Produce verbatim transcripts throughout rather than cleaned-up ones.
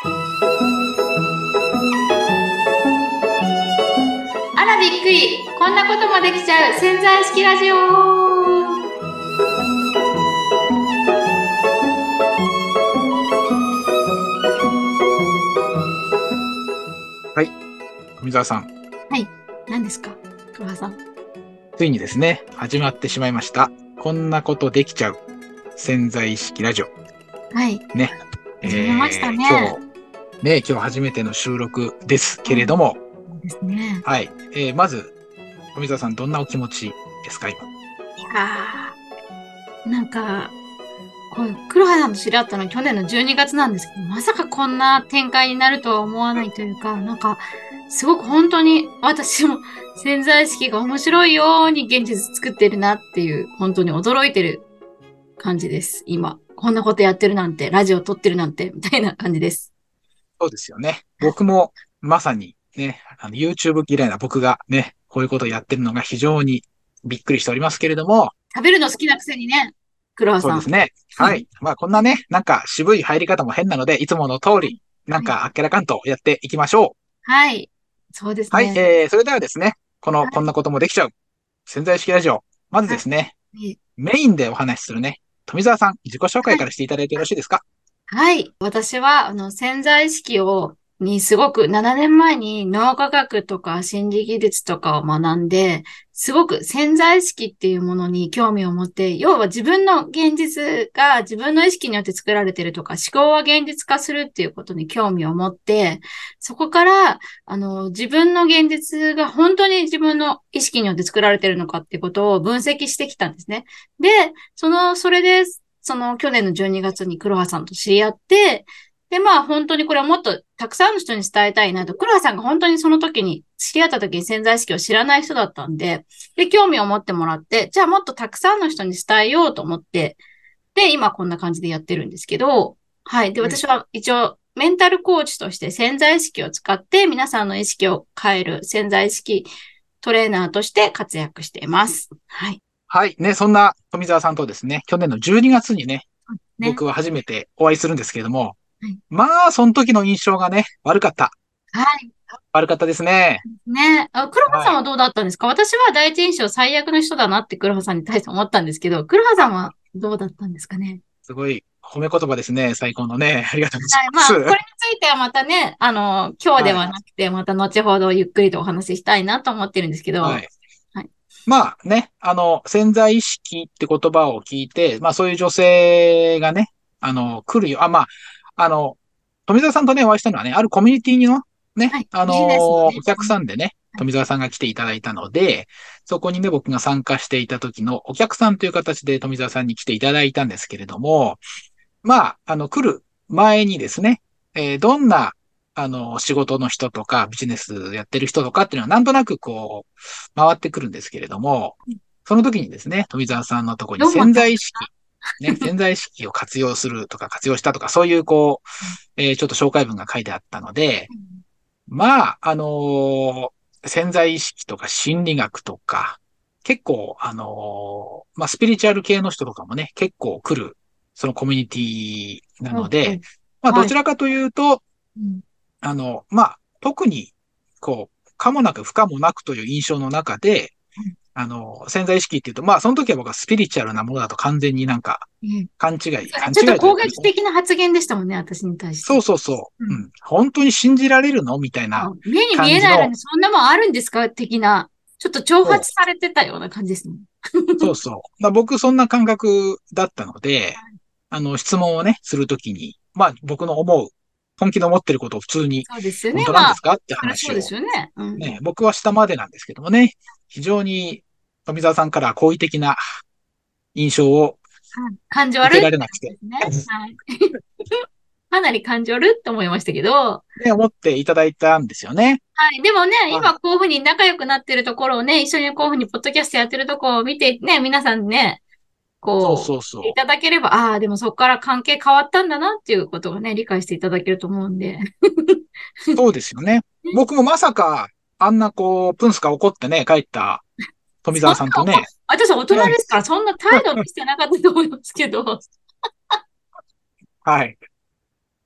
あらびっくり、こんなこともできちゃう潜在意識ラジオ。 はい、富澤さん。 はい、何ですか、黒羽さん。 ついにですね、始まってしまいました。こんなことできちゃう潜在意識ラジオ。 はい、 ね。 始めましたえー、 ね。 今日、ね、今日初めての収録ですけうん、 れども、 そうですね。 はい。えー、まず、富澤さん、どんなお気持ちですか、今。 いやー、なんか、こう、黒羽さんと知り合ったのは去年のじゅうにがつなんですけど、まさかこんな展開になるとは思わないというか、なんか、すごく本当に私も潜在意識が面白いように現実作ってるなっていう、本当に驚いてる感じです、今。こんなことやってるなんて、ラジオ撮ってるなんて、みたいな感じです。 そうですよね。僕も、まさに、ね、あの、YouTube 嫌いな僕がね、こういうことをやってるのが非常にびっくりしておりますけれども、 食べるの好きなくせにね、黒羽さん。 そうですね。はい。まあ、こんなね、なんか渋い入り方も変なので、いつもの通り、なんはい。 かあっけらかんとやっていきましょう。 はい。そうですはい。 ね。 えー、それではですね、この、こんなはい。 こともできちゃう潜在意識ラジオ。まずはい。 ですね、 えメインでお話しするね、富澤さん、自己紹介はい。 からしていただいてよろしいですか？ はい。私は、あの、潜在意識を、にすごくななねんまえに脳科学とか心理技術とかを学んで、すごく潜在意識っていうものに興味を持って、要は自分の現実が自分の意識によって作られてるとか、思考は現実化するっていうことに興味を持って、そこから、あの、自分の現実が本当に自分の意識によって作られてるのかっていうことを分析してきたんですね。で、その、それでその去年のじゅうにがつに黒羽さんと知り合って、で、まあ本当にこれはもっとたくさんの人に伝えたいなと、黒羽さんが本当にその時に、知り合った時に潜在意識を知らない人だったんで、で、興味を持ってもらって、じゃあもっとたくさんの人に伝えようと思って、で、今こんな感じでやってるんですけど、はい。で、 うん。 私は一応メンタルコーチとして潜在意識を使って皆さんの意識を変える潜在意識トレーナーとして活躍しています。はい。 はい。ね、そんな富澤さんとですね、去年のじゅうにがつにね、 ね。 僕は初めてお会いするんですけれども、 はい。 まあ、その時の印象がね、悪かった。 はい。 悪かったですね。 ね。あ、黒羽はい。 さんはどうだったんですか？私は第一印象最悪の人だなって黒羽さんに対して思ったんですけど、黒羽さんあ、 はどうだったんですかね？ すごい褒め言葉ですね。最高のね。ありがとうございはい。まあ、これます。 についてはまたね、あの、今日ではい。 はなくて、また後ほどゆっくりとお話ししたいなと思ってるんですけど、 はい。 はい。 まあね、あの、潜在意識って言葉を聞いて、まあそういう女性がね、あの、来るよ。あ、まあ、あの、富澤さんとね、お会いしたのはね、あるコミュニティのね、 はい。 あビジネスのの、おね。 客うん。 さんでね、 はい。 富澤さんが来ていただいたので、そこにね、僕が参加していた時のお客さんという形で富澤さんに来ていただいたんですけれども、まあ、あの、来る前にですね、えーどんな、あの、仕事の人とか、ビジネスやってる人とかっていうのは、なんとなくこう、回ってくるんですけれども、その時にですね、富澤さんのところに潜どう思ったん在意識、ね、潜在意識を活用するとか活用したとか、そういうこう、えーちょっと紹介文が書いてあったので、まあ、あのー潜在意識とか心理学とか、結構、あのーまあ、スピリチュアル系の人とかもね、結構来る、そのコミュニティなうん。 ので、 うん。 まあ、どはい。 ちらかというと、 うん。 あの、まあ、特に、こう、可もなく不可もなくという印象の中で、あの、潜在意識っていうと、まあ、その時は僕はスピリチュアルなものだと完全になんか、 うん。 勘違い、勘そうね、ちょっと違いというかね、 攻撃的な発言でしたもんね、私に対して。 そうそうそうん。 う、うん、本当に信じられるのみたいなあ、目に見感じの、 えないのにそんなもんあるんですか的な、ちょっと挑そう発されてたような感じですね。 そうそう。まあ、僕そんな感覚だったので、あの、質問をね、するときに、まあ僕の思う、本気の思ってることを普通に、 そうですよね。 本当なんまあ、 ですかってそりゃそう話を、 ですよね。うん。 ね、僕はしたまでなんですけどもね、非常に富澤さんから好意的な印象をはい。感情悪受けいって感られなくて、 じですね。はい。かなり感情悪って思いましたけど、 ね、思っていただいたんですよね。 はい。でもね、 はい。 今こういうふうに仲良くなってるところをね、一緒にこういうふうにポッドキャストやってるところを見てね、皆さんね、 そうこう、いそうそただければ、ああ、でもそこから関係変わったんだなっていうことをね、理解していただけると思うんで。 う。そうですよね。僕もまさか、あんなこう、プンスカ怒ってね、帰った富そんな澤さんと怒、 ね、 私大人ね、 ですから、そんな態度見せてなかったと思いますけど。 はい。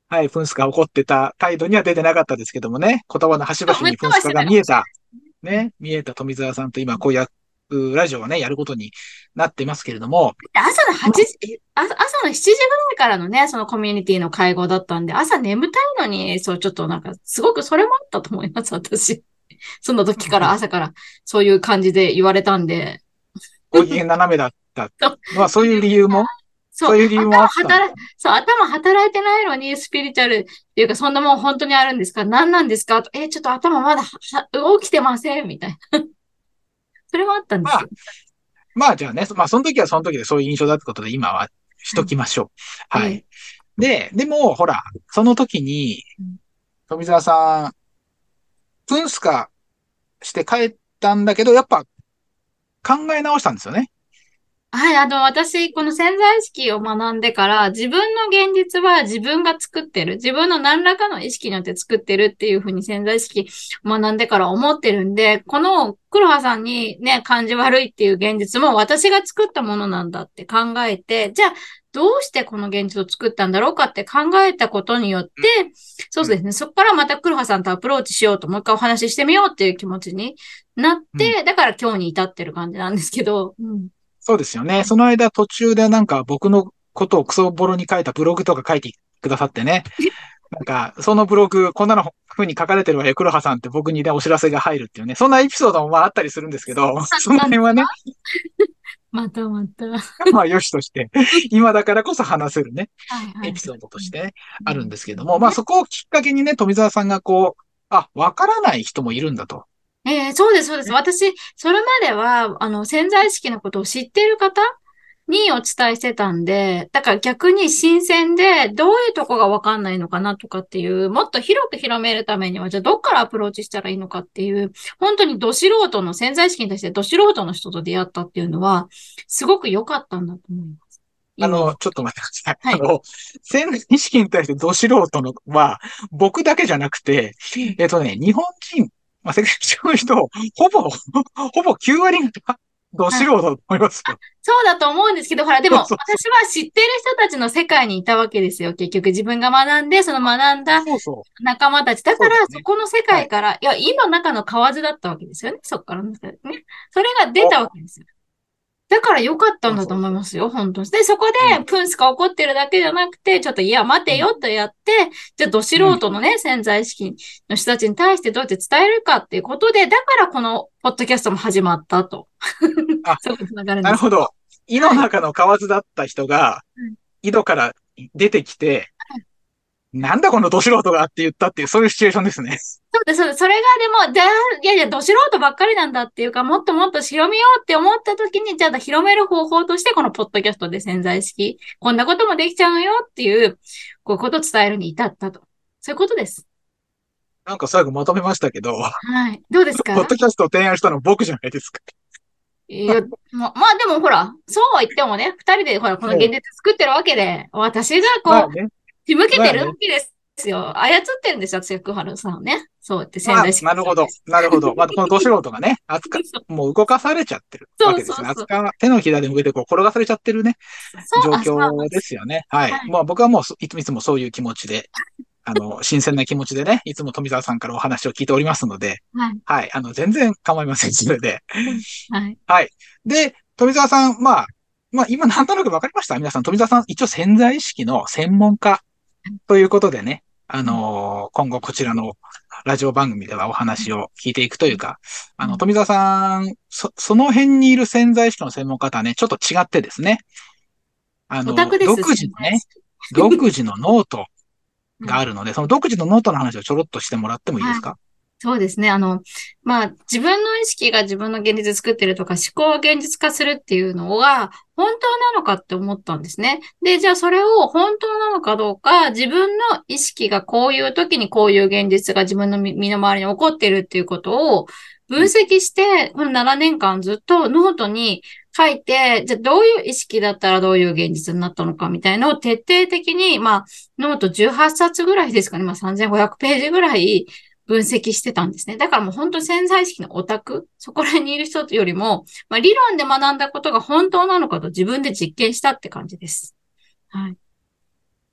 はい、プンスカ怒ってた態度には出てなかったですけどもね、言葉の端々 そう、めっちにプンスカゃはしてたかもが見えた、 しれないですね。 ね、見えた富澤さんと今、こういうラジオをね、やることになってますけれども、 朝のまはちじ、えあ朝のしちじぐらいからのね、そのコミュニティの会合だったんで、朝眠たいのに、そう、ちょっとなんか、すごくそれもあったと思います、私。その時から朝からそういう感じで言われたんで。 ご機嫌斜めだったそう、 のは、そういう理由も、 そう、 そういう理由もあ頭ったんです。 働い、そう、頭働いてないのにスピリチュアルっていうか、そんなもん本当にあるんですか？何なんですか？え、ちょっと頭まだは起きてませんみたいな。それもあったんでまあ、 すよ。 まあじゃあね、まあその時はその時でそういう印象だってことで今はしはい。 ときましょう。 ええ。 はい。で、でも、ほら、その時に、富澤さん、プンスカして帰ったんだけど、やっぱ考え直したんですよね。 はい、あの、私、この潜在意識を学んでから、自分の現実は自分が作ってる。自分の何らかの意識によって作ってるっていうふうに潜在意識を学んでから思ってるんで、この黒羽さんにね、感じ悪いっていう現実も私が作ったものなんだって考えて、じゃあ、どうしてこの現実を作ったんだろうかって考えたことによって、そううん、 ですね、そこからまた黒羽さんとアプローチしようと、もう一回お話ししてみようっていう気持ちになっうん。 て、だから今日に至ってる感じなんですけど、うん。 そうですよね。その間途中でなんか僕のことをクソボロに書いたブログとか書いてくださってね。なんか、そのブログ、こんなの風に書かれてるわよ、黒羽さんって僕にね、お知らせが入るっていうね。そんなエピソードもまああったりするんですけど、そのなんですか？ 辺はね、 またまた。はまあ良しとして、今だからこそ話せるね、 いはい。 エピソードとしてねあるんうん、 ですけども、まあね。 そこをきっかけにね、富澤さんがこう、あ、わからない人もいるんだと。 えーそうです、そうです。 ね、 私、それまでは、あの、潜在意識のことを知っている方にお伝えしてたんで、だから逆に新鮮で、どういうとこがわかんないのかなとかっていう、もっと広く広めるためには、じゃあどっからアプローチしたらいいのかっていう、本当にど素人の潜在意識に対してど素人の人と出会ったっていうのは、すごく良かったんだと思います。今は。 あの、ちょっと待ってください。 はい。 あの、潜在意識に対してど素人のは、僕だけじゃなくて、 うん。 えっとね、日本人、まあ、世界中の人、ほぼ、ほぼきゅう割がど素はい。 人だと思いますよ。 そうだと思うんですけど、ほら、でも、 そうそうそ私は知ってる人たちの世界にいたわけですよ。結局、自分が学んで、その学んう。 だそうそう。 仲間たち。だから、 そうですね。 そこの世はい。 界から、いや、今中の蛙だったわけですよね。そこからの中でね。それが出お、 たわけですよ。だから良かったんだとそうそうそ思いますよ、本当に。で、そこう。うん。 で、プンスカ怒ってるだけじゃなくて、ちょっと、いや、待うん。 てよとやって、じゃあ、ど素うん。 人のね、潜在意識の人たちに対してどうやって伝えるかっていうことで、だからこの、ポッドキャストも始まったと。 あ、 そうつながるんですけど。 なるほど。井のはい。 中の蛙だった人が、井戸から出てきて、なんだこのど素人がって言ったっていう、そういうシチュエーションですね。 そうです、そうです。それがでも、じゃあ、いやいや、ど素人ばっかりなんだっていうか、もっともっと広めようって思った時に、じゃあ、広める方法として、このポッドキャストで潜在意識、こんなこともできちゃうよっていう、こういうことを伝えるに至ったと。そういうことです。 なんか最後まとめましたけど、 はい。どうですポッか？ ドキャストを提案したのは僕じゃないですか。 いや、ま、まあでもほら、そうは言ってもね、二人でほら、この現も実作ってるわけで、私がう、まこう、 あね、 仕向けてるわまあね。 けですよ。操ってるんですよ、私が福原さんをね。そうやって潜まあ、 在意識なるほど。なるほど。まあ、このど素人がね、扱、もう動かされちゃってるわそうけですね。 そうそう。 扱、手のひらで上でこう転がされちゃってるね、 そう、 状あ、そうなん況です。 ですよね。はい。 はい。 まあ僕はもうそいついつもそういう気持ちで、あの、新鮮な気持ちでね、いつも富澤さんからお話を聞いておりますので、 はい。 はい。あの、全然構いません。それで。 はい。 はい。で、富澤さん、まあ、まあ今なんとなくわかりました皆さん。富澤さん、一応潜在意識の専門家ということでね、あうん。 のー今後こちらのラジオ番組ではお話を聞いていくというか、あの、 うん。 富澤さん、そ、その辺にいる潜在意識の専門家とはね、ちょっと違ってですね、あオタの、 クです、 独潜自のね、 在意識。 独自のノートはい。 があるので、その独自のノートの話をちょろっとしてもらってもいいではい。 すか？ そうですね。あの、まあ、自分の意識が自分の現実作ってるとか、思考を現実化するっていうのは、本当なのかって思ったんですね。で、じゃあそれを本当なのかどうか、自分の意識がこういう時にこういう現実が自分の身身の回りに起こってるっていうことを分うん。 析して、このななねんかんずっとノートに書いて、じゃあどういう意識だったらどういう現実になったのかみたいなのを徹底的に、まあ、ノートじゅうはっさつぐらいですかね。まあさんぜんごひゃくページぐらい分析してたんですね。だからもう本当潜在意識のオタク、そこら辺にいる人よりも、まあ、理論で学んだことが本当なのかと自分で実験したって感じです。はい。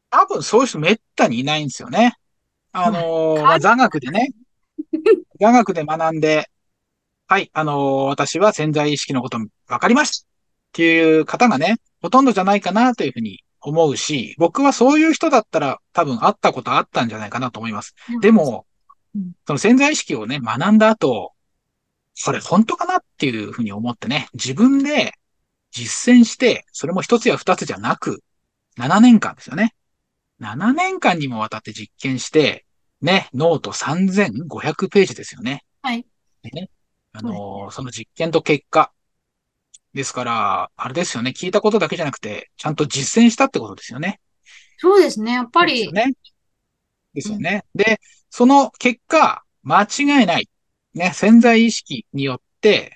多分そういう人めったにいないんですよね。あまあ、 のーまあ、 か座学でね、座学で学んで、はい、あのー私は潜在意識のこと分かりましたっていう方がね、ほとんどじゃないかなというふうに思うし、僕はそういう人だったら多分会ったことあったんじゃないかなと思います。 でも、 でも、 うん、 その潜在意識をね、学んだ後、これ本当かなっていうふうに思ってね、自分で実践して、それも一つや二つじゃなく、ななねんかんですよね。ななねんかんにもわたって実験して、ね、ノートさんぜんごひゃくページですよね。 はい。 ね、あそうですね。 のーその実験と結果。ですから、あれですよね。聞いたことだけじゃなくて、ちゃんと実践したってことですよね。 そうですね。やっぱり、 そうですよね。でうん、 すよね。で、その結果、間違いない。ね、潜在意識によって、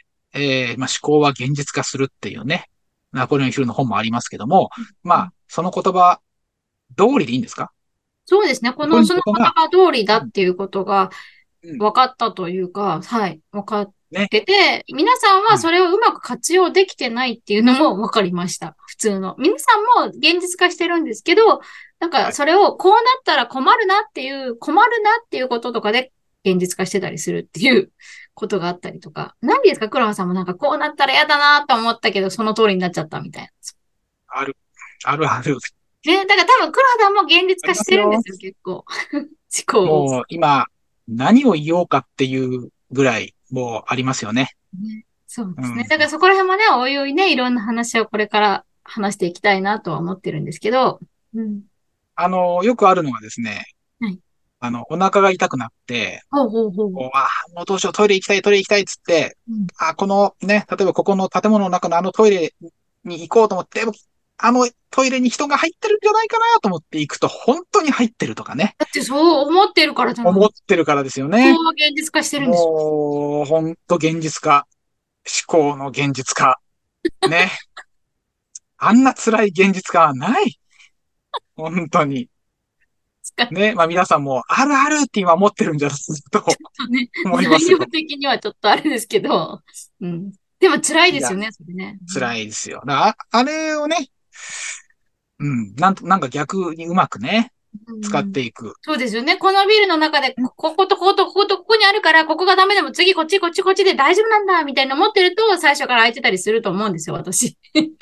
えー、まあ、思考は現実化するっていうね、ナポレオンヒルの本もありますけども、まあ、 うん、 その言葉通りでいいんですか？ そうですね。こ通りの、そののことが、 言葉通りだうん、 っていうことがうん、 分かったというか、はい、分かっね、 てて、皆さんうん、 はそれをうまく活用できてないっていうのも分かりました。普通の。皆さんも現実化してるんですけど、なんかはい。 それをこうなったら困るなっていう、困るなっていうこととかで現実化してたりするっていうことがあったりとか。何ですか、黒羽さんもなんかこうなったら嫌だなと思ったけど、その通りになっちゃったみたいな。 ある、あるある。 ね、だから多分黒羽さんも現実あり化しますよ。 てるんですよ、結構。思考を。 もう今、何を言おうかっていうぐらい、もうありますよね。 ね、そうですね。 うん。 だからそこら辺もね、おいおいね、いろんな話をこれから話していきたいなとは思ってるんですけど、うん。 あの、よくあるのはですね、 はい。 あの、お腹が痛くなって、 ほうほうほう。 こう、あー、もうどうしよう、トイレ行きたい、トイレ行きたいっつって、 うん。 あ、このね、例えばここの建物の中のあのトイレに行こうと思って、でもあのトイレに人が入ってるんじゃないかなと思って行くと、本当に入ってるとかね、 だってそう思ってるからじゃない思っですか。 てるからですよね。 そう現実化してるんでしょ。 もう、本当現実化、思考の現実化。ね。あんな辛い現実化はない。本当に。 使っね。まあ皆さんも、あるあるって今思ってるんじゃないととね、 思いますよ。 内容的にはちょっとあれですけど、うん。でも辛いいや、 ですよね、それね。うん。 辛いですよ。だあ、あれをね、うん、なんと、なんか逆にうまくね、使っうん、 ていく。 そうですよね。このビルの中で、ここことこことこことここにあるから、ここがダメでも次こっちこっちこっちで大丈夫なんだ、みたいな思ってると、最初から空いてたりすると思うんですよ、私。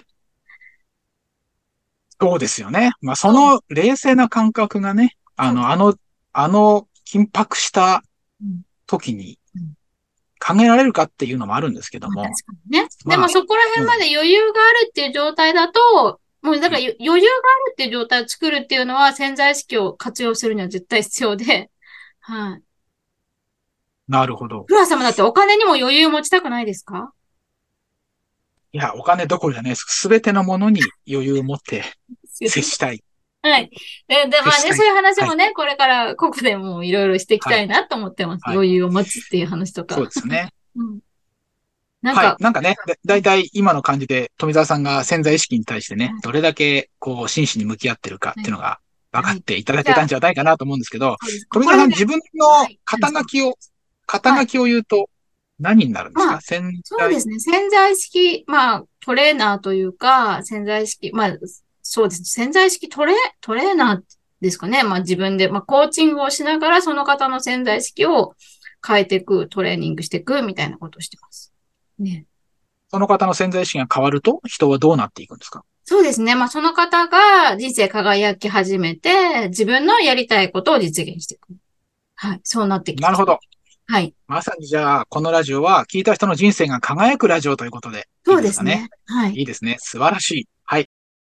そうですよね。まあそそう。 の冷静な感覚がね、あそう。 の、あの、あの緊迫したうん。 時にうん。 考えられるかっていうのもあるんですけどまあ、確も、 かにね。でまあ、 もそこら辺まうん、 で余裕があるっていう状態だと、もうだうん、 から余裕があるっていう状態を作るっていうのは潜在意識を活用するには絶対必要で、はい。 なるほど。 フラ様だってお金にも余裕を持ちたくないですか？ いや、お金どころじゃないです。すべてのものに余裕を持ってですよね。 接したい。 はい。で、で、まあね、 接したい。 そういう話はい。 もね、これからここでもいろいろしていきはい。 たいなと思ってます。 はい。 余裕を持つっていう話とか。 そうですね。 うん。なんはい。 か、 なんかね、だ、だいたい今の感じで富澤さんが潜在意識に対してね、どれだけこう真摯に向き合ってるかっはい。 ていうのが分かはい。 っていただじゃあ、 けたんじゃないかなと思うんですけど、 そうです。こ富澤さんこら辺で、 自分のはい。何ですか？ 肩書きを、肩はい。 書きを言うと何になるんですまあ、 か？潜在、 そうですね。潜在意識、まあ、トレーナーというか、潜在意識、まあ、そうですね。潜在意識トレ、トレーナーですかね。まあ自分で、まあコーチングをしながらその方の潜在意識を変えていく、トレーニングしていくみたいなことをしてます。ね。 その方の潜在意識が変わると人はどうなっていくんですか？ そうですね。まあその方が人生輝き始めて、自分のやりたいことを実現していく。はい。そうなってきます。 なるほど。 はい。 まさにじゃあ、このラジオは聞いた人の人生が輝くラジオということでいいそうですかね。 ですね。はい。 いいですね。素晴らしい。はい。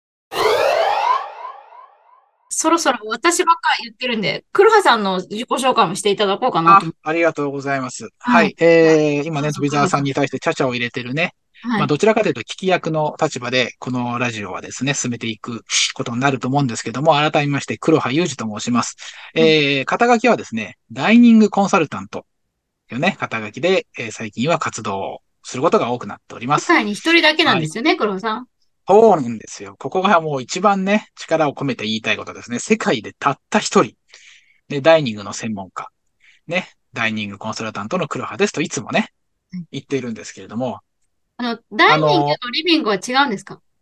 そろそろ私ばっかり言ってるんで、黒羽さんの自己紹介もしていただこうかなあ、 と思って。 ありがとうございます。ははい。 い。えー、今ね、 どうぞ富澤さん黒羽さん。 に対してチャチャを入れてるね。まあ、 はい。 どちらかというと聞き役の立場で、このラジオはですね、進めていくことになると思うんですけども、改めまして、黒羽裕二と申します。 はい。 えー、肩書きはですね、ダイニングコンサルタントというね、肩書きで、えー最近は活動をすることが多くなっております。 世界に一人だけなんはい。 ですよね、黒羽さん。 そうなんですよ。ここがもう一番ね、力を込めて言いたいことですね。世界でたった一人、で、ダイニングの専門家、ね、ダイニングコンサルタントの黒羽ですといつもね、言っているんですけれども、 あの、ダイニングあの、 とリビングは違うんですか？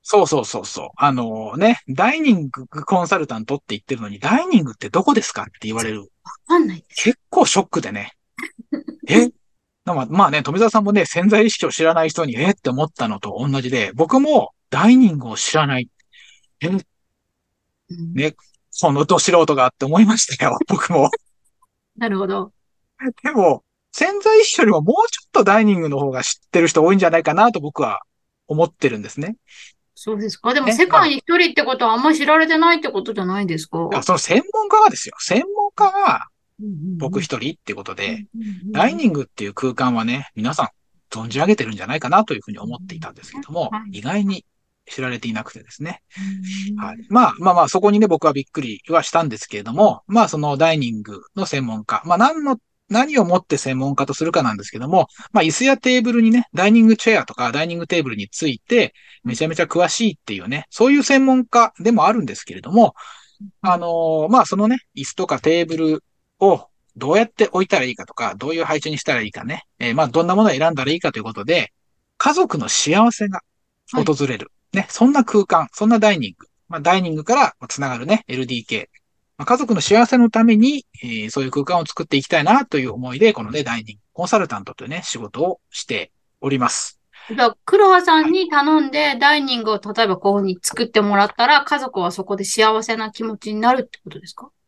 そうそうそうそう。あのね、ダイニングコンサルタントって言ってるのに、ダイニングってどこですかって言われる。 わかんないです。 結構ショックでね。えまあ、まあね、富澤さんもね、潜在意識を知らない人に、えって思ったのと同じで、僕もダイニングを知らない。え、 うん、 ね、そのど素人がって思いましたよ、僕も。 なるほど。 でも、潜在意識よりももうちょっとダイニングの方が知ってる人多いんじゃないかなと僕は思ってるんですね。 そうですか。でもね。まあ、 世界に一人ってことはあんまり知られてないってことじゃないですか？ あその専門家がですよ。専門家がうんうん僕一人ってことで、 うんうんうんうんうん。 ダイニングっていう空間はね、皆さん存じ上げてるんじゃないかなというふうに思っていたんですけども、 はい。 意外に知られていなくてですね。 うはい。 んまあまあまあ、そこにね、僕はびっくりはしたんですけれども、まあそのダイニングの専門家、まあ何の、何をもって専門家とするかなんですけども、まあ椅子やテーブルにね、ダイニングチェアとかダイニングテーブルについて、めちゃめちゃ詳しいっていうね、そういう専門家でもあるんですけれども、あのーまあそのね、椅子とかテーブルをどうやって置いたらいいかとか、どういう配置にしたらいいかね、えーまあどんなものを選んだらいいかということで、家族の幸せがはい。 訪れる。ね、そんな空間、そんなダイニング。まあ、ダイニングからつながるね、エルディーケー。まあ、家族の幸せのために、えーそういう空間を作っていきたいなという思いで、このね、ダイニングコンサルタントというね、仕事をしております。 じゃあ、黒羽さはい。 んに頼んでダイニングを例えばこういうふうに作ってもらったら家族はそこで幸せな気持ちになるってことですか？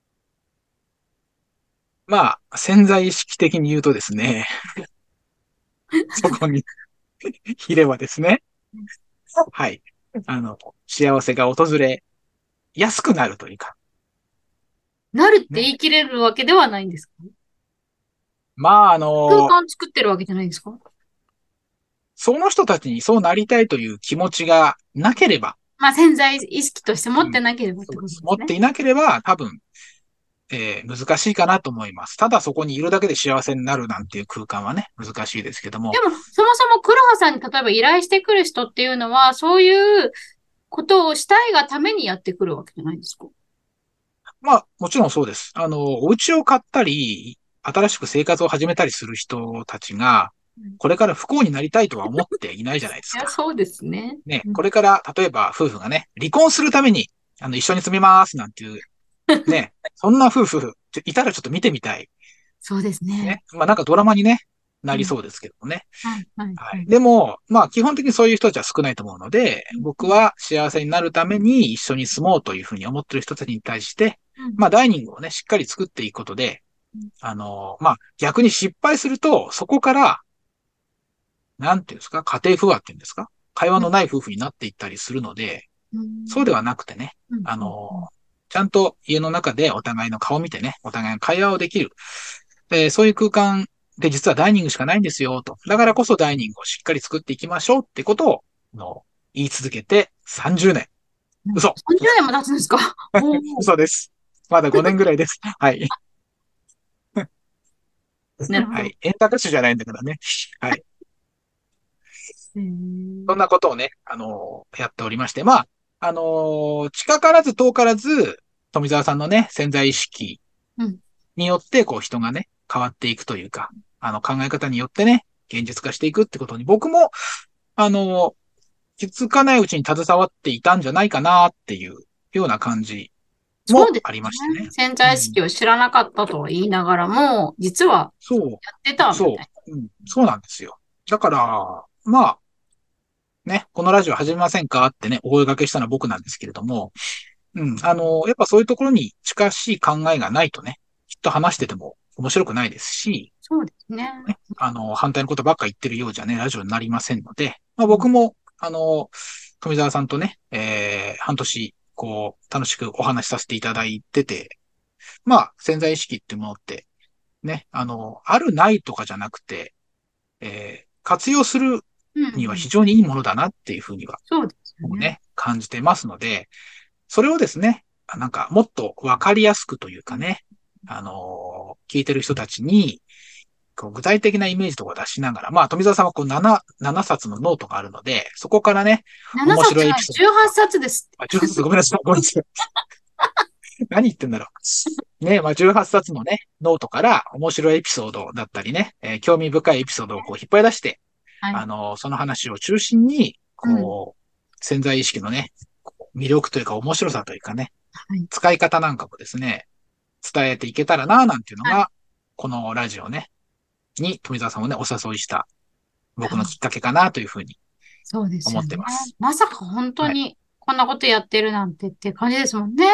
まあ、潜在意識的に言うとですね、そこにいればですね、はい。あの、幸せが訪れやすくなるというか、 なるってね。 言い切れるわけではないんですか？ まあ、あ空の、 間作ってるわけじゃないですか？ その人たちにそうなりたいという気持ちがなければ、 まあ潜在意識として持ってうん、 なければってそうです。 ことですね。 持っていなければ、多分、えー難しいかなと思います。ただそこにいるだけで幸せになるなんていう空間はね、難しいですけども。 でも、そもそも黒羽さんに例えば依頼してくる人っていうのは、そういうことをしたいがためにやってくるわけじゃないですか。 まあ、もちろんそうです。あの、お家を買ったり、新しく生活を始めたりする人たちが、 うん。 これから不幸になりたいとは思っていないじゃないですいや、 か。 そうですね。 ね、 うん。 これから、例えば夫婦がね、離婚するために、あの、一緒に住みますなんていう、ね、そんな夫婦、ちょいたらちょっと見てみたい。 そうですね。 ね。まあなんかドラマにね、なうん。 りそうですけどね。 はい、はい、 はい。 はい。 でも、まあ基本的にそういう人たちは少ないと思うので、 うん、うん、 僕は幸せになるために一緒に住もうというふうに思っている人たちに対して、 うん、 まあダイニングをね、しっかり作っていくことで、あの、まあ逆に失敗すると、そこから、なんていうんですか、家庭不和っていうんですか、会話うん、 のない夫婦になっていったりするので、 うん、 そうではなくてね、 うん、 あうん、 の、 うん。 ちゃんと家の中でお互いの顔を見てね、お互いの会話をできる。えーそういう空間で実はダイニングしかないんですよ、と。だからこそダイニングをしっかり作っていきましょうってことを、の言い続けてさんじゅうねん。 うん。 嘘。 さんじゅうねんも経つんですか？おお。 嘘です。まだごねんぐらいです。はい。 なるほど。 はい。円卓種じゃないんだからね。はい。 へえ。 そんなことをね、あのーやっておりまして、まあ、あのー近からず遠からず、富澤さんのね、潜在意識うん。 によって、こう人がね、変わっていくというか、あの考え方によってね、現実化していくってことに、僕も、あの、気づかないうちに携わっていたんじゃないかなっていうような感じそうですもありましてね。 ね。 潜うん。 在意識を知らなかったとは言いながらも、実はそやってたう、そみたいう、うん、そうなんですよ。だから、まあ、ね、このラジオ始めませんかってね、お声掛けしたのは僕なんですけれども、うん、あの、やっぱそういうところに近しい考えがないとね、きっと話してても面白くないですし、 そうですね。 ね、あの、反対のことばっか言ってるようじゃね、ラジオになりませんので、まあ、 うん。 僕も、あの、富澤さんとね、えー、半年、こう、楽しくお話しさせていただいてて、まあ、潜在意識っていうものって、ね、あの、あるないとかじゃなくて、えー、活用するうん、うにはん。 非常にいいものだなっていうふうには、 そうですよね。 もうね、感じてますので、それをですね、なんか、もっとわかりやすくといううん。 かね、あの聞いてる人たちに、こう具体的なイメージとかを出しながら、まあ、富澤さんはこうなな、ななさつのノートがあるので、そこからね、 7 面冊じゃない、 白いエピソードじゅうはちとか、 さつですあ、じゅうはちさつごめんなさい、ごめんなさい。何言ってんだろう。ね、まあ、じゅうはちさつのね、ノートから面白いエピソードだったりね、えー興味深いエピソードをこう引っ張り出して、 はい。 あの、その話を中心に、 うん。 こう、 潜在意識のね、魅力というか面白さというかね、 はい。 使い方なんかもですね、伝えていけたらな、なんていうのはい。 が、このラジオね、に富澤さんをね、お誘いした僕のきっあ、 かけかなというふうにそうです思っよね。 てます。 まさか本当はい。 にこんなことやってるなんてって感じですもんね。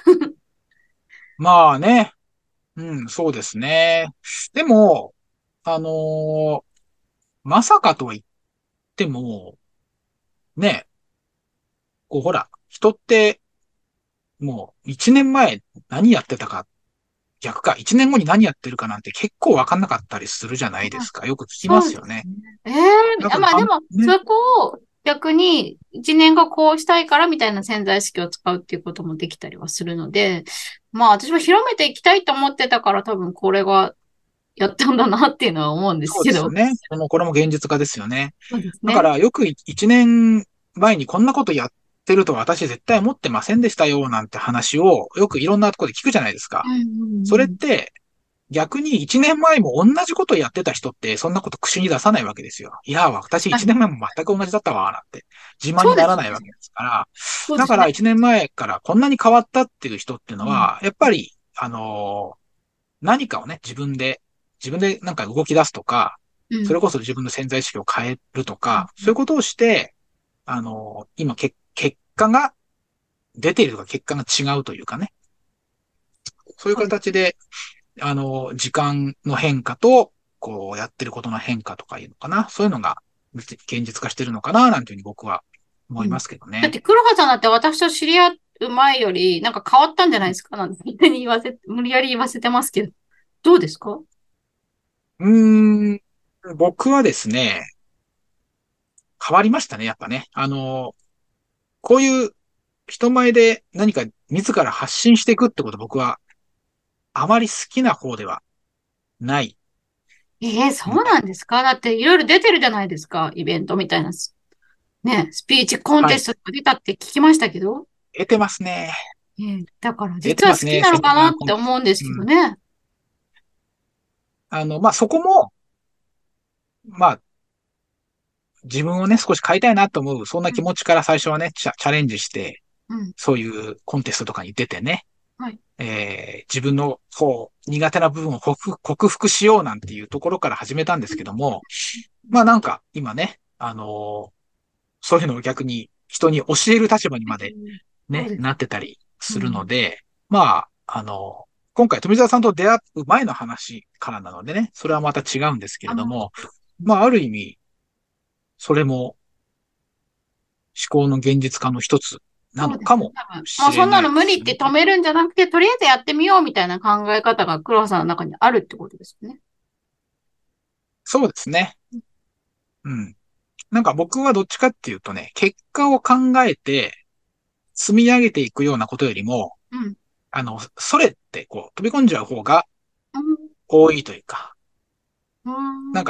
まあね、うん、そうですね。でも、あのーまさかとは言っても、ね、こうほら、人ってもう一年前何やってたか、逆か、一年後に何やってるかなんて結構わかんなかったりするじゃないであ、 すか。よく聞きまそうですよね。 すね。ええ、あ、 だから、 まあでも、 あんね、 そこを逆に一年後こうしたいからみたいな潜在意識を使うっていうこともできたりはするので、まあ私も広めていきたいと思ってたから多分これがやったんだなっていうのは思うんですそうけど。 ですよね。これも、これも現実化ですよね。 そうですね。 だからよく一年前にこんなことやってるとは私絶対思ってませんでしたよなんて話をよくいろんなところで聞くじゃないですか。 うんうんそれっうん。 て逆に一年前も同じことやってた人ってそんなこと口に出さないわけですよ。いや、私一確かに。 年前も全く同じだったわ、なんて自慢にならそうですね。 ないわけですから。 そうですね。 だから一年前からこんなに変わったっていう人っていうのうん。 は、やっぱり、あのー何かをね、自分で、自分でなんか動き出すとか、 うん。 それこそ自分の潜在意識を変えるとうん。 か、そういうことをして、あのー今け、結果が出ているとか結果が違うというかね、そういうそうです。 形で、あのー時間の変化と、こうやってることの変化とかいうのかな、そういうのが現実化してるのかな、なんていうふうに僕は思いうん。 ますけどね。 だって黒羽さんだって私と知り合う前よりなんか変わったんじゃないですかなんて勝手に言わせ、無理やり言わせてますけど。どうですか？ うーん、僕はですね、変わりましたね、やっぱね。あのーこういう人前で何か自ら発信していくってこと僕はあまり好きな方ではないええ、そので。 うなんですか？だっていろいろ出てるじゃないですか。イベントみたいなす。ね、スピーチコンはい。 テストとか出たって聞きましたけど。 得てますね。 ええ、だから得てますね、 実は好きなセミのかなってナーコンテス思うんですト。うん。 けどね。 あの、まあ、そこも、まあ、自分をね、少し変えたいなと思う、そんなうん、 気持ちから最初はね、チャ、チャレンジして、 うん、 そういうコンテストとかに出てね、 はい。 えー自分の、こう、苦手な部分を克服克服しようなんていうところから始めたんですけども、まあなんか、今ね、あのーそういうのを逆に人に教える立場にまでうん、そうね、 です。 なってたりするのうん。 で、まあ、あの、今回富澤さんと出会う前の話からなのでね、それはまた違うんですけあの、 れども、まあ、ある意味、それも思考の現実化の一つなそうですね、 のかも多分。もうそんなしれなの無理っていですね。 止めるんじゃなくて、とりあえずやってみようみたいな考え方が黒羽さんの中にあるってことですよね。 そうですね。うん。なんか僕はどっちかっていうとね、結果を考えて積み上げていくようなことよりも、 うん。 あの、それってこう飛び込んじゃう方がうん。 多いというか、 うん。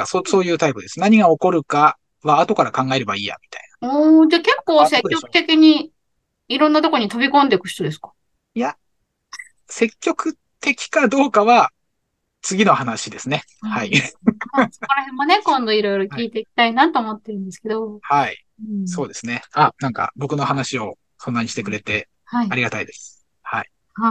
なんかそ、そういうタイプです。何が起こるかは後から考えればいいや、みたいおー、じゃあ結構な。あ、そうでしょ。 積極的にいろんなとこに飛び込んでいく人ですか？ いや、積極的かどうかは次の話ですね。はい。 うん。まあ、そこら辺もね、今度いろいろはい。 聞いていきたいなと思ってるんですけど。 はい。 うん。 そうですね。あ、なんか僕の話をそんなにしてくれてはい。 ありがたいです。はい。 はい。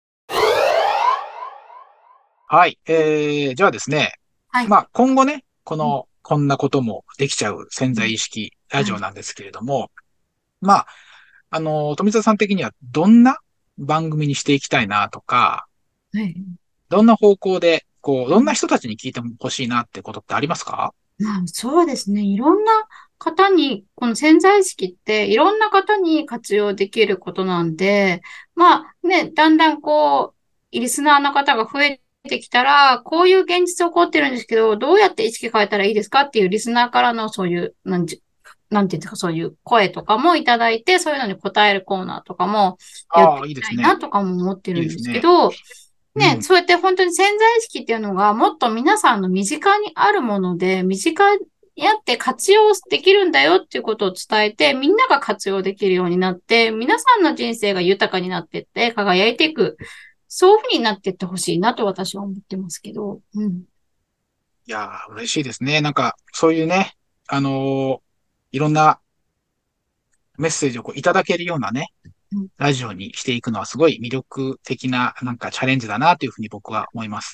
はい。えー、じゃあですね。 はい。 まあ今後ね、こうん。 の、こんなこともできちゃう潜うん。 在意識ラジはい。 オなんですけれども、まあ、あの、富澤さん的にはどんな番組にしていきたいなとか、 はい。 どんな方向で、こう、どんなうん。 人たちに聞いてほしいなってことってありますか？ まあ、そうですね。いろんな方に、この潜在意識っていろんな方に活用できることなんで、まあね、だんだんこう、リスナーの方が増えてきたら、こういう現実起こってるんですけど、どうやって意識変えたらいいですかっていうリスナーからのそういう、なんじ、なんていうんですか、そういう声とかもいただいて、そういうのに答えるコーナーとかもやってああ、 いきいいですね。 たいなとかも思ってるんですけいいですね。 ど、ね、 うん。 そうやって本当に潜在意識っていうのがもっと皆さんの身近にあるもので、身近にあって活用できるんだよっていうことを伝えて、みんなが活用できるようになって、皆さんの人生が豊かになっていって、輝いていく。そういうふうになっていってほしいなと私は思ってますけど。うん。 いやー、嬉しいですね。なんか、そういうね、あのーいろんなメッセージをこういただけるようなね、 うん。 ラジオにしていくのはすごい魅力的ななんかチャレンジだなというふうに僕は思います。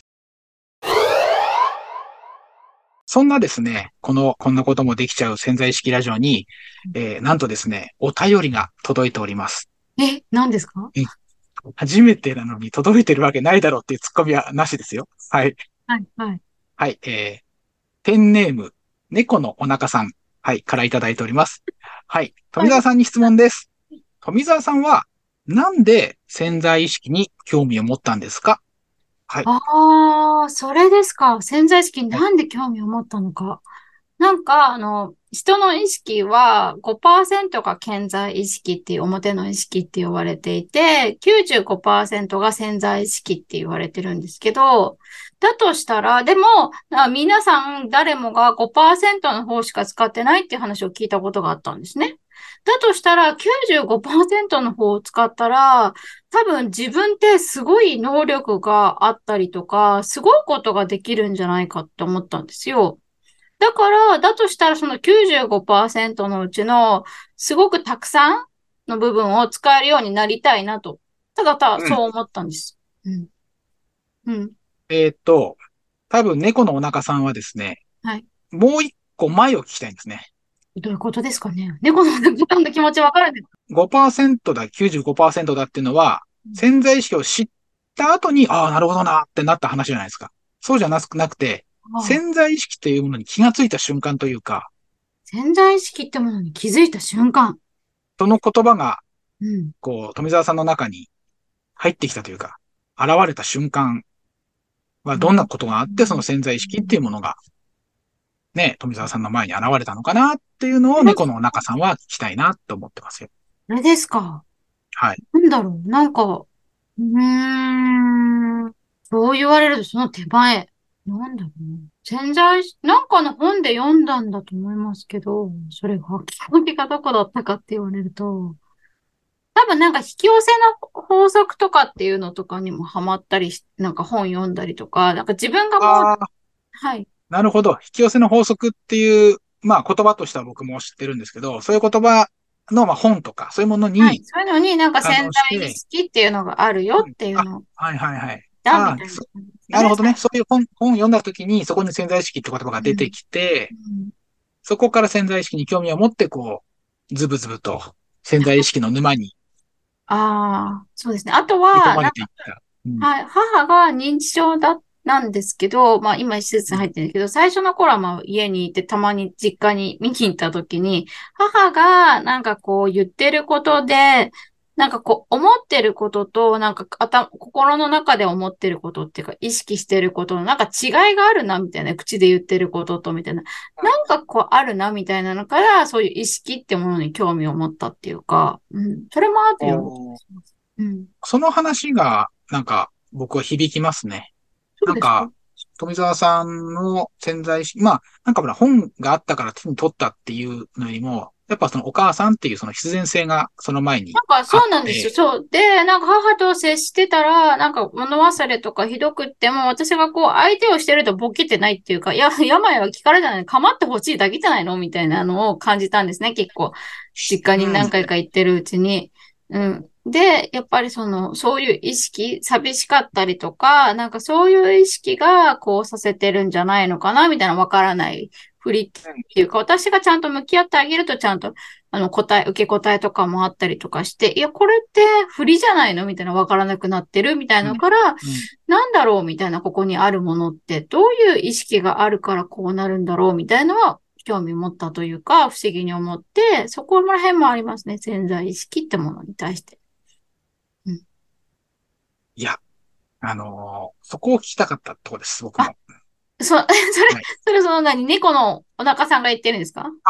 そんなですね、この、こんなこともできちゃう潜在意識ラジオに、えー、なんとですね、お便りが届いております。 え、何ですか？ うん。初めてなのに届いてるわけないだろうっていうツッコミはなしですよ。はい。 はい、はい。 はい。えー、ペンネーム、猫のお腹さん。はい。からいただいております。はい。富はい。 澤さんに質問です。富澤さんは、なんで潜在意識に興味を持ったんですか？はい。 ああ、それですか。潜在意識にはい。 なんで興味を持ったのか。なんか、あの、人の意識はごパーセントが潜在意識っていう表の意識って言われていて、きゅうじゅうごパーセントが潜在意識って言われてるんですけど、だとしたら、でも、あ皆さん誰もがごパーセントの方しか使ってないっていう話を聞いたことがあったんですね。だとしたら、きゅうじゅうごパーセントの方を使ったら、多分自分ってすごい能力があったりとか、すごいことができるんじゃないかって思ったんですよ。だから、だとしたらそのきゅうじゅうごパーセントのうちのすごくたくさんの部分を使えるようになりたいなと。ただただうん。 そう思ったんです。うん。うん。 えーっと、多分猫のお腹さんはですね、 はい。 もう一個前を聞きたいんですね。 どういうことですかね。猫のボタンの気持ちわかるんですか？ ごパーセントだ、きゅうじゅうごパーセントだっていうのは、 うん。 潜在意識を知った後に、ああ、なるほどなってなった話じゃないですか。そうじゃなくなくて、 ああ、 潜在意識というものに気がついた瞬間というか、 潜在意識ってものに気づいた瞬間。 その言葉が、 うん。 こう、富澤さんの中に入ってきたというか、現れた瞬間はうん。 どんなことがあって、その潜在意識っていうものが、ね、富澤さんの前に現れたのかなっていうのを猫のお腹さんは聞きたいなと思ってますよ。 あれですか。 はい。 なんだろう。なんか、うーん。そう言われるとその手前。なんだろうな。潜在し、なんかの本で読んだんだと思いますけど、それが基本的がどこだったかって言われると、多分なんか引き寄せの法則とかっていうのとかにもハマったりし、なんか本読んだりとか、なんか自分がもう、 ああ、 はい、 なるほど。引き寄せの法則っていう、まあ言葉としては僕も知ってるんですけど、そういう言葉の、まあ、本とか、そういうものはい。 にそういうのになんか感潜動して、 在意識っていうのがあるようん、あ、 っていうのはいはいはい。 だ、みああ、 たいなそ感じですかね、 なるほどね。 最初。 そういう本、本を読んだ時に、そこに潜在意識って言葉が出てうん。 きて、 うん。 そこから潜在意識に興味を持って、こう、ズブズブと潜在意識の沼にああ、そうですね。あと引き込は、 まれなんか、 ていった。うん。 はい、母が認知症だ、なんですけど、まあ今施設に入ってるんですけど、最初の頃はまあ家にいてたまに実家に見に行った時に、母がなんかこう言ってることで、なんかこう思ってることと、なんか頭、心の中で思ってることっていうか意識してることのなんか違いがあるなみたいな、口で言ってることとみたいな、なんかこうあるなみたいなのから、そういう意識ってものに興味を持ったっていうか、うん、それもあるような気がおします。うん。 その話が、なんか、僕は響きますね。 そうですか？ なんか、富澤さんの潜在意識、まあ、なんかほら、本があったから手に取ったっていうのよりも、やっぱそのお母さんっていうその必然性がその前になんかあっそうなんですよ。 て、 そう。で、なんか母と接してたら、なんか物忘れとかひどくっても、私がこう相手をしてるとボケてないっていうか、いや、病は気からじゃない、構ってほしいだけじゃないのみたいなのを感じたんですね。結構、実家にうん、 何回か行ってるうちに。うん。で、やっぱりその、そういう意識、寂しかったりとか、なんかそういう意識がこうさせてるんじゃないのかなみたいなわからないふりっていうか、私がちゃんと向き合ってあげるとちゃんとあの、答え、受け答えとかもあったりとかして、いや、これって振りじゃないのみたいなわからなくなってるみたいうん、 なのから、 うん。 なんだろうみたいな、ここにあるものって、どういう意識があるからこうなるんだろうみたいなのは、興味持ったというか、不思議に思って、そこら辺もありますね。潜在意識ってものに対して。うん。 いや、あのーそこを聞きたかったところです、僕あ、 も。 そ、それ、 はい。 それその何猫のお腹さんが言ってるんですか？ん。 あ、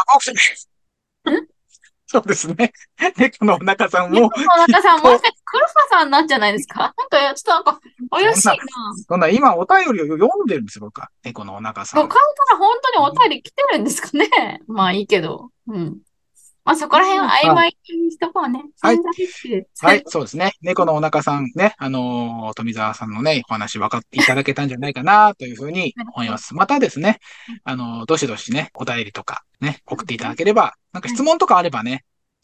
そうですね。猫のお腹さんも、 猫のおきっ腹さん、もしと、 かして黒羽さんなんじゃないですか？なんか、ちょっとなんか、怪しそんな、 いな。 そんな、今お便りを読んでるんですよ、僕は。猫のお腹さん。 書いたら本当にお便り来てるんですかね？まあいいけど。うん。まあそこら辺は曖はい。 昧にしとこうね。 はい。 潜在意識で。 はい、そうですね。猫のお腹さんね、あのー富澤さんのね、お話分かっていただけたんじゃないかな、というふうに思います。またですね、あのーどしどしね、お便りとかね、送っていただければ、なんか質問とかあればね、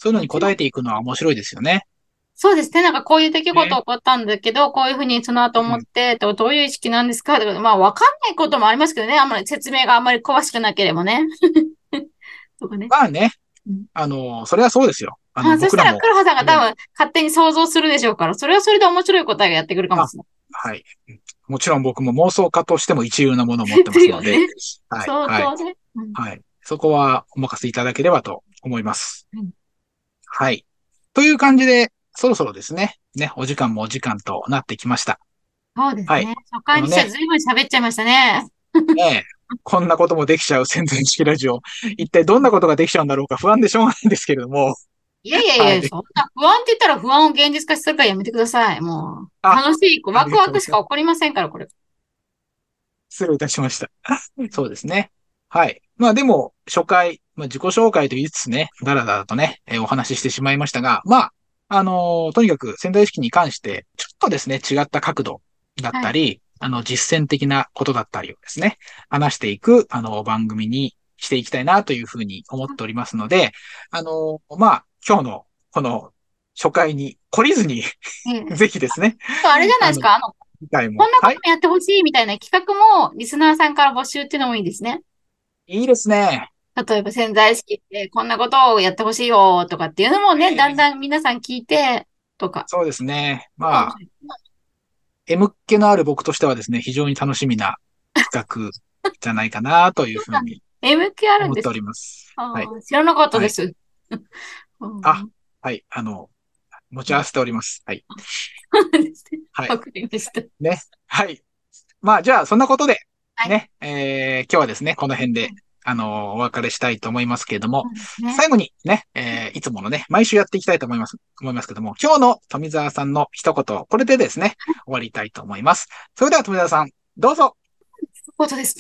そういうのにもちろん。 答えていくのは面白いですよね。 そうですね。なんかこういう出来事ね。 起こったんだけど、こういうふうにその後思っうん。 て、とどういう意識なんですかとか、まあわかんないこともありますけどね。あんまり説明があんまり詳しくなければね。とかね。 まあね、 うん、 あの、それはそうですよ。あの、 あ、そしたら僕らも、 黒羽さんが多ね、 分勝手に想像するでしょうから、それはそれで面白い答えがやってくるかもあ、 しれない。 はい。もちろん僕も妄想家としても一流なものを持ってですますので、 よね。 はい、はい、 相当ね。うん。 はい。そこはお任せいただければと思います。 うん、 はい。という感じで、そろそろですね、ね、お時間もお時間となってきました。はい。 そうですね。初回にしてはこのね、 随分喋っちゃいましたね。 ね、こんなこともできちゃう潜在意識ラジオ。一体どんなことができちゃうんだろうか不安でしょうがないんですけれども。 いやいやいや、 はい。 そんな不安って言ったら不安を現実化するからやめてください。もう、 あ、 楽しい、ワありクワクしがとうございます。 か起こりませんから、これ。 失礼いたしました。そうですね。はい。まあでも、初回、まあ、自己紹介と言いつつね、だらだらとね、えーお話ししてしまいましたが、まあ、あのーとにかく潜在意識に関して、ちょっとですね、違った角度だっはい。 たり、あの、実践的なことだったりをですね、話していく、あの、番組にしていきたいなというふうに思っておりますので、あのーまあ、今日のこの初回に懲りずにえぜえ。 ひですね、 あれじゃないあの、 ですか。あの、 次回も、 こんなこはい、 ともやってほしいみたいな企画も、リスナーさんから募集っていうのもいいですね。 いいですね。 例えば潜在意識ってこんなことをやってほしいよとかっていうのもね、だんえーだん皆さん聞いて、とか。 そうですね。まあ、 面白い。 M っ気のある僕としてはですね、非常に楽しみな企画じゃないかなというふうにエムキュー あるんですか？ 思っております。はい。 ああ、知らなかったはい。 です。うあ、 ん、 はい。あの、持ち合わせております。はい。 そうですね。 はい。 わかりました。 ね。はい。まあ、じゃあ、そんなことで、 はい。 ね、えー、今日はですね、この辺で、あの、お別れしたいと思いますけれども、 そうですね。 最後にね、えー、いつものね、毎週やっていきたいと思います、思いますけども、今日の富澤さんの一言、これでですね、終わりたいと思います。それでは富澤さん、どうぞ。 ことです。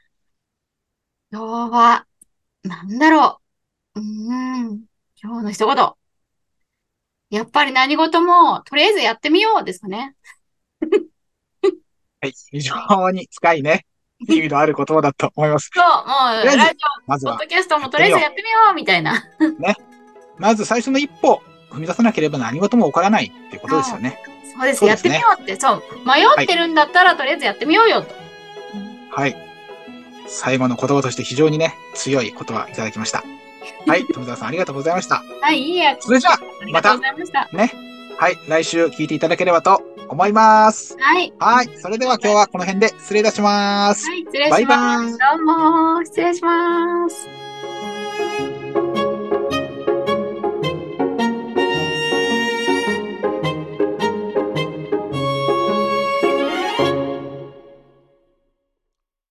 今日は、なんだろう。うーん。今日の一言。やっぱり何事も、とりあえずやってみようですかね。 はい。非常はい。 に深いね、意味のある言葉だと思います。 そう、もう、 とりあえず、 ラジオ、 まずはポッドキャストもとりあえずやってみよやってみようみたいな。 う。ね。まず最初の一歩、踏み出さなければ何事も起こらないっていうことですそう。 よね。 そうです。やってみよそうですね。 うって。そう。迷はい。 ってるんだったら、とりあえずやってみようよと。うん、 はい。最後の言葉として非常にね、強い言葉いただきました。はい。富澤さんありがとうございました。 はい、いいや。 それじゃあ、 ありがとうごまた、 ざいました。 ね。はい。来週聞いていただければと思います。 はい。あはい。 りがそれでとうございます。 は今日はこの辺で失礼いたします。 はい、失礼バイバします。 ーイ。 どうも、失礼します。